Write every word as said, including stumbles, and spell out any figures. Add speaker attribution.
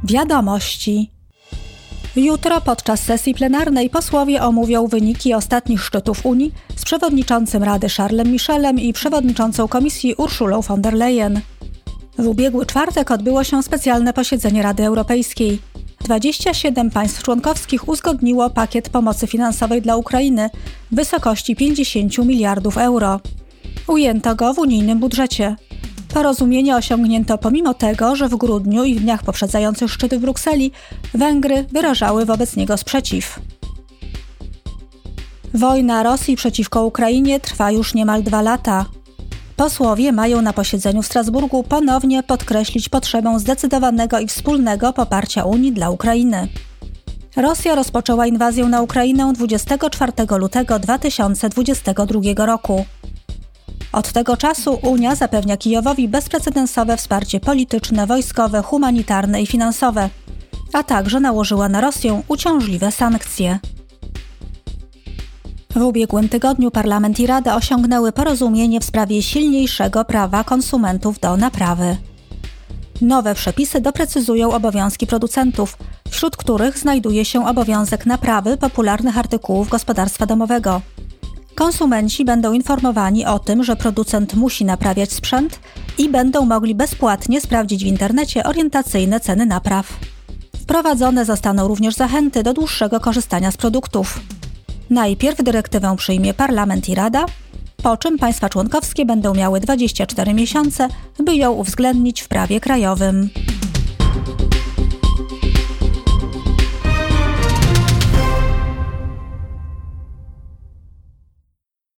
Speaker 1: Wiadomości. Jutro podczas sesji plenarnej posłowie omówią wyniki ostatnich szczytów Unii z przewodniczącym Rady Charlesem Michelem i przewodniczącą Komisji Urszulą von der Leyen. W ubiegły czwartek odbyło się specjalne posiedzenie Rady Europejskiej. dwadzieścia siedem państw członkowskich uzgodniło pakiet pomocy finansowej dla Ukrainy w wysokości pięćdziesiąt miliardów euro. Ujęto go w unijnym budżecie. Porozumienie osiągnięto pomimo tego, że w grudniu i w dniach poprzedzających szczyty w Brukseli Węgry wyrażały wobec niego sprzeciw. Wojna Rosji przeciwko Ukrainie trwa już niemal dwa lata. Posłowie mają na posiedzeniu w Strasburgu ponownie podkreślić potrzebę zdecydowanego i wspólnego poparcia Unii dla Ukrainy. Rosja rozpoczęła inwazję na Ukrainę dwudziestego czwartego lutego dwa tysiące dwudziestego drugiego roku. Od tego czasu Unia zapewnia Kijowowi bezprecedensowe wsparcie polityczne, wojskowe, humanitarne i finansowe, a także nałożyła na Rosję uciążliwe sankcje. W ubiegłym tygodniu Parlament i Rada osiągnęły porozumienie w sprawie silniejszego prawa konsumentów do naprawy. Nowe przepisy doprecyzują obowiązki producentów, wśród których znajduje się obowiązek naprawy popularnych artykułów gospodarstwa domowego. Konsumenci będą informowani o tym, że producent musi naprawiać sprzęt i będą mogli bezpłatnie sprawdzić w internecie orientacyjne ceny napraw. Wprowadzone zostaną również zachęty do dłuższego korzystania z produktów. Najpierw dyrektywę przyjmie Parlament i Rada, po czym państwa członkowskie będą miały dwadzieścia cztery miesiące, by ją uwzględnić w prawie krajowym.